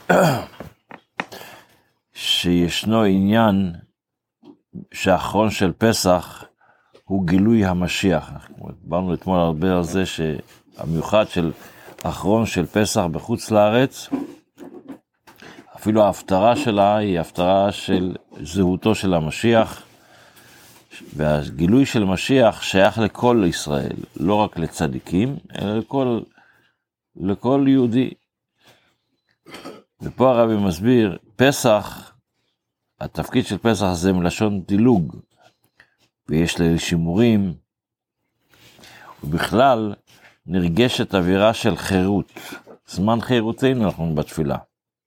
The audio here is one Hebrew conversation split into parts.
שישנו עניין שהאחרון של פסח הוא גילוי המשיח. דיברנו אתמול הרבה על זה שהמיוחד של האחרון של פסח בחוץ לארץ, אפילו ההפטרה שלה היא הפטרה של זהותו של המשיח, והגילוי של משיח שייך לכל ישראל, לא רק לצדיקים, אלא לכל יהודי. ופה הרבי מסביר, פסח, התפקיד של פסח זה מלשון דילוג, ויש ליל שימורים, ובכלל נרגשת אווירה של חירות, זמן חירותנו אנחנו בתפילה.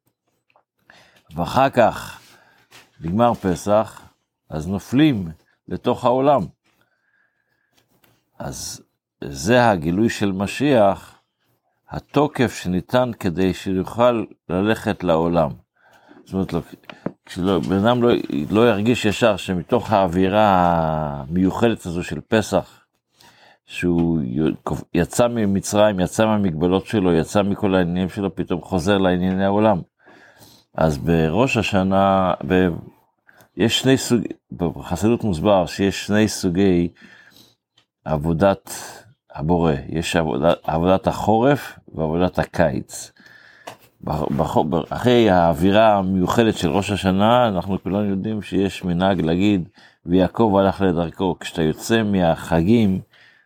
ואחר כך נגמר פסח, אז נופלים לתוך העולם. אז זה הגילוי של משיח, התוקף שניתן כדי שיוכל ללכת לעולם. זאת אומרת, בן אדם לא ירגיש ישר שמתוך האווירה המיוחדת הזו של פסח, שהוא יצא ממצרים, יצא מהמגבלות שלו, יצא מכל העניינים שלו, פתאום חוזר לענייני העולם. אז בראש השנה, יש שני סוגי, בחסידות מוסבר שיש שני סוגי עבודת הבורא. יש עבודת החורף ועבודת הקיץ. אחרי האווירה המיוחדת של ראש השנה, אנחנו כולנו יודעים שיש מנהג להגיד, ויעקב הלך לדרכו. כשאתה יוצא מהחגים,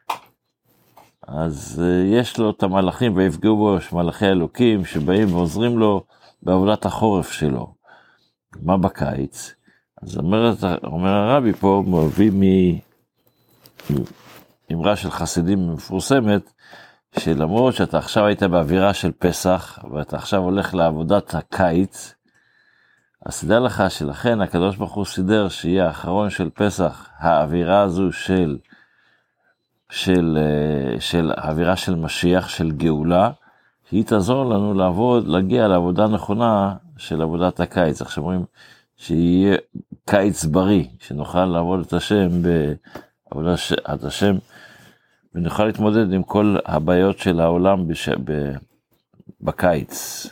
אז יש לו את המלאכים, ויפגעו בו מלאכי אלוקים, שבאים ועוזרים לו בעבודת החורף שלו. מה בקיץ? אז אומר הרבי פה, מביא מאמרה של חסידים מפורסמת, שלמרות שאתה עכשיו היית באווירה של פסח, ואתה עכשיו הולך לעבודת הקיץ, אז תדע לך שלכן הקדוש ברוך הוא סידר שיהיה האחרון של פסח, האווירה הזו של האווירה של משיח, של גאולה, שהיא תעזור לנו להגיע לעבודה נכונה של עבודת הקיץ. עכשיו אומרים שיהיה קיץ בריא, שנוכל לעבוד את השם בעבודת השם, ונוכל להתמודד עם כל הבעיות של העולם בקיץ.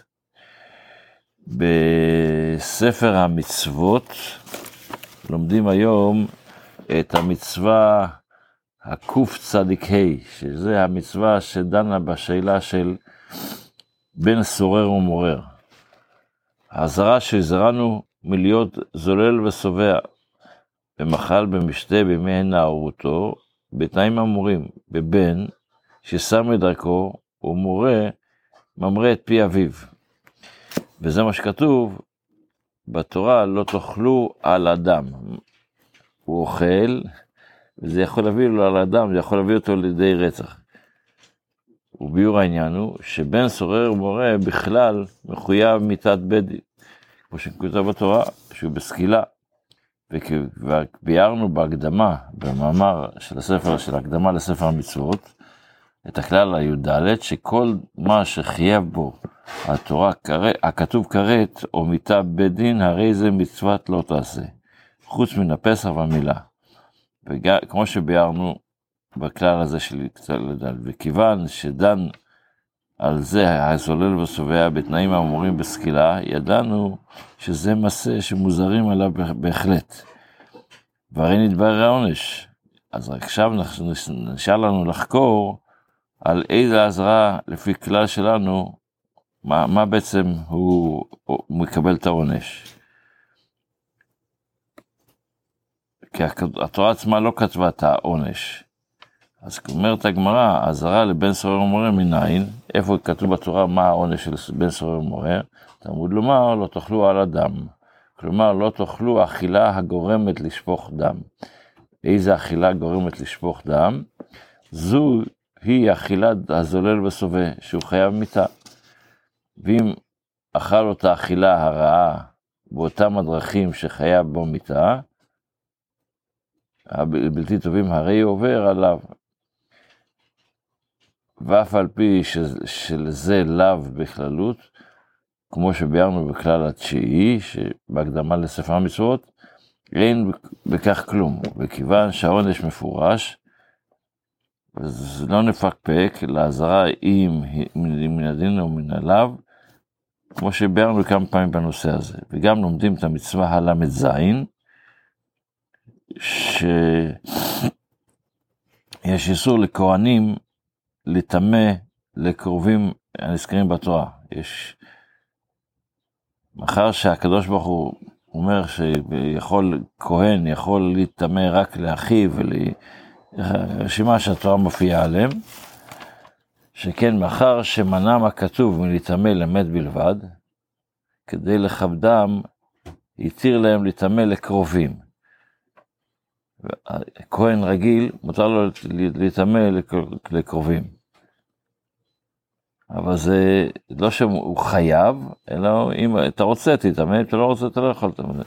בספר המצוות לומדים היום את המצווה הקוף צדיק ה', שזה המצווה שדנה בשאלה של בן סורר ומורר. העזרה שהזרנו מלהיות זולל וסובע, במחל במשתה בימי נערותו, בתנאים אמורים, בבן ששם את דרכו ומורה ממרה את פי אביו. וזה מה שכתוב בתורה, לא תאכלו על אדם. הוא אוכל, וזה יכול להביא לו על אדם, זה יכול להביא אותו לידי רצח. וביור העניין הוא שבן סורר ומורה בכלל מחויב מיתת בית דין, כמו שכתוב בתורה, שהוא בסקילה. וביארנו בהקדמה, במאמר של הספר, של הקדמה לספר המצוות, את הכלל הי"ד, שכל מה שחייב בו התורה, הכתוב כרת או מיתה בית דין, הרי זה מצוות לא תעשה, חוץ מן הפסח והמילה. וכמו שביארנו בכלל הזה של קצת לדל, וכיוון שדן על זה הזולל וסובע בתנאים האמורים בסקילה, ידענו שזה מסע שמוזרים עליו בהחלט. והרי נתברר העונש. אז רק עכשיו נשאר לנו לחקור על איזה עזרה לפי כלל שלנו, מה בעצם הוא מקבל את העונש. כי התורה עצמה לא כתבה את העונש. אז אומרת הגמרא, העזרה לבן סורר ומורר מניין, איפה כתוב בתורה מה העונש של בן סורר ומורר? תלמוד לומר, לא תאכלו על הדם. כלומר, לא תאכלו אכילה הגורמת לשפוך דם. איזה אכילה גורמת לשפוך דם? זו היא אכילת הזולל וסובע, שהוא חייב מיתה. ואם אכל אותה אכילה הרעה באותם הדרכים שחייב בו מיתה, הבלתי טובים הרי עובר עליו. ואף על פי שזה לאו בכללות, כמו שביארנו בכלל התשיעי, שבהקדמה לספר המצוות, אין בכך כלום. וכיוון שהעונש מפורש, אז לא נפקפק לעזרה אם מן הדין או מן הלאו, כמו שביארנו כמה פעמים בנושא הזה, וגם לומדים את המצווה הלמד זין, שיש איסור לכהנים לטמא לקרובים הנזכרים בתורה. מאחר שהקדוש ברוך הוא אומר כהן יכול לטמא רק לאחיו, רשימה שהתורה מופיעה עליהם, שכן מאחר שמנע הכתוב מלטמא למת בלבד, כדי לכבדם יתיר להם לטמא לקרובים. כהן רגיל מותר לו לטמא לקרובים, אבל זה לא שהוא חייב, אלא אם אתה רוצה תטמא, אם אתה לא רוצה אתה לא יכול לטמא.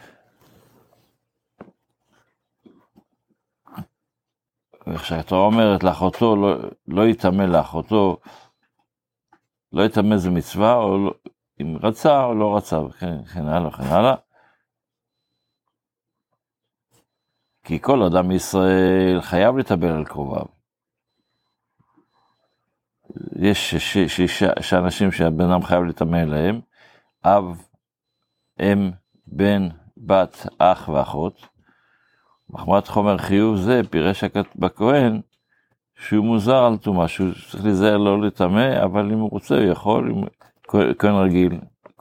וכשהתורה אומרת לאחותו לא יטמא לאחותו, לא יטמא זה מצווה, או לא, אם רצה או לא רצה, וכן הלאה וכן הלאה. כי כל אדם מישראל חייב לטבל על קרוביו. יש אנשים שהבן אדם חייב לטמא להם, אב, אם, בן, בת, אח ואחות. מחמת חומר חיוב זה פירש בכהן שהוא מוזר על טומאה, שהוא צריך להיזהר לא לטמא, אבל אם הוא רוצה הוא יכול, כהן רגיל.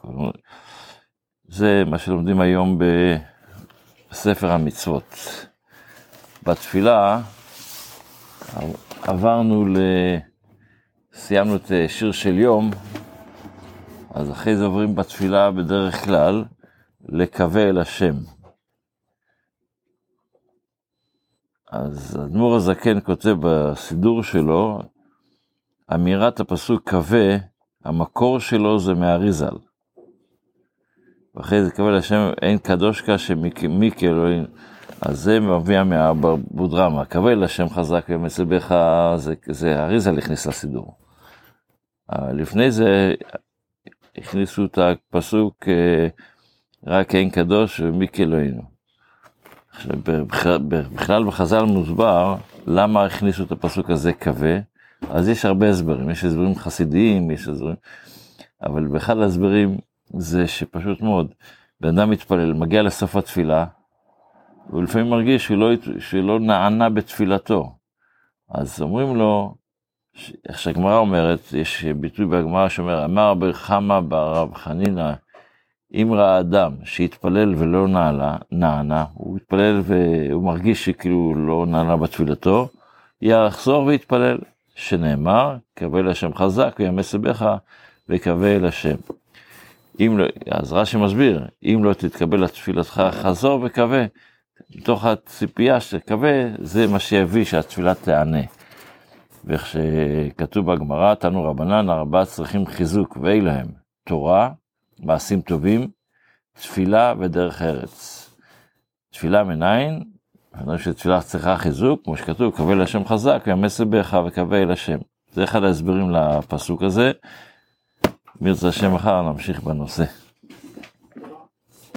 זה מה שלומדים היום בספר המצוות. בתפילה סיימנו את שיר של יום, אז אחרי זה עוברים בתפילה בדרך כלל לקווה אל השם. אז אדמו"ר הזקן כותב בסידור שלו, אמירת הפסוק קווה, המקור שלו זה מהאריזל. ואחרי זה קווה לשם אין קדוש שמי כאלוהים, אז זה מביא מהבודרמה, קווה לשם חזק ומצבך, זה האריזל הכניס לסידור. לפני זה הכניסו את הפסוק רק אין קדוש ומי כאלוהינו. בכלל בחז"ל מוסבר למה הכניסו את הפסוק הזה קווה, אז יש הרבה הסברים, יש הסברים חסידיים, יש הסברים, אבל באחד ההסברים זה שפשוט מאוד, בן אדם מתפלל, מגיע לסוף התפילה, ולפעמים מרגיש שלא נענה בתפילתו, אז אומרים לו, איך שהגמרא אומרת, יש ביטוי בגמרא שאומר, אמר בחמה ברב חנינא, אם ראה אדם שהתפלל ולא נענה, הוא התפלל והוא מרגיש שכאילו לא נענה בתפילתו, יחזור ויתפלל, שנאמר, קווה לשם חזק וימס בך וקווה לשם. אז רש"י מסביר, אם לא תתקבל לתפילתך, חזור וקווה, מתוך הציפייה שקווה, זה מה שיביא שהתפילה תענה. ואיך שכתוב בגמרא, תנו רבנן, 4 צריכים חיזוק, ואילהם, תורה, מעשים טובים, תפילה ודרך ארץ. תפילה מניין, אני חושב שתפילה צריכה חיזוק, כמו שכתוב, קווה לשם חזק, וימס בך וקווה אל השם. זה אחד ההסברים לפסוק הזה. מרצה השם מחר נמשיך בנושא.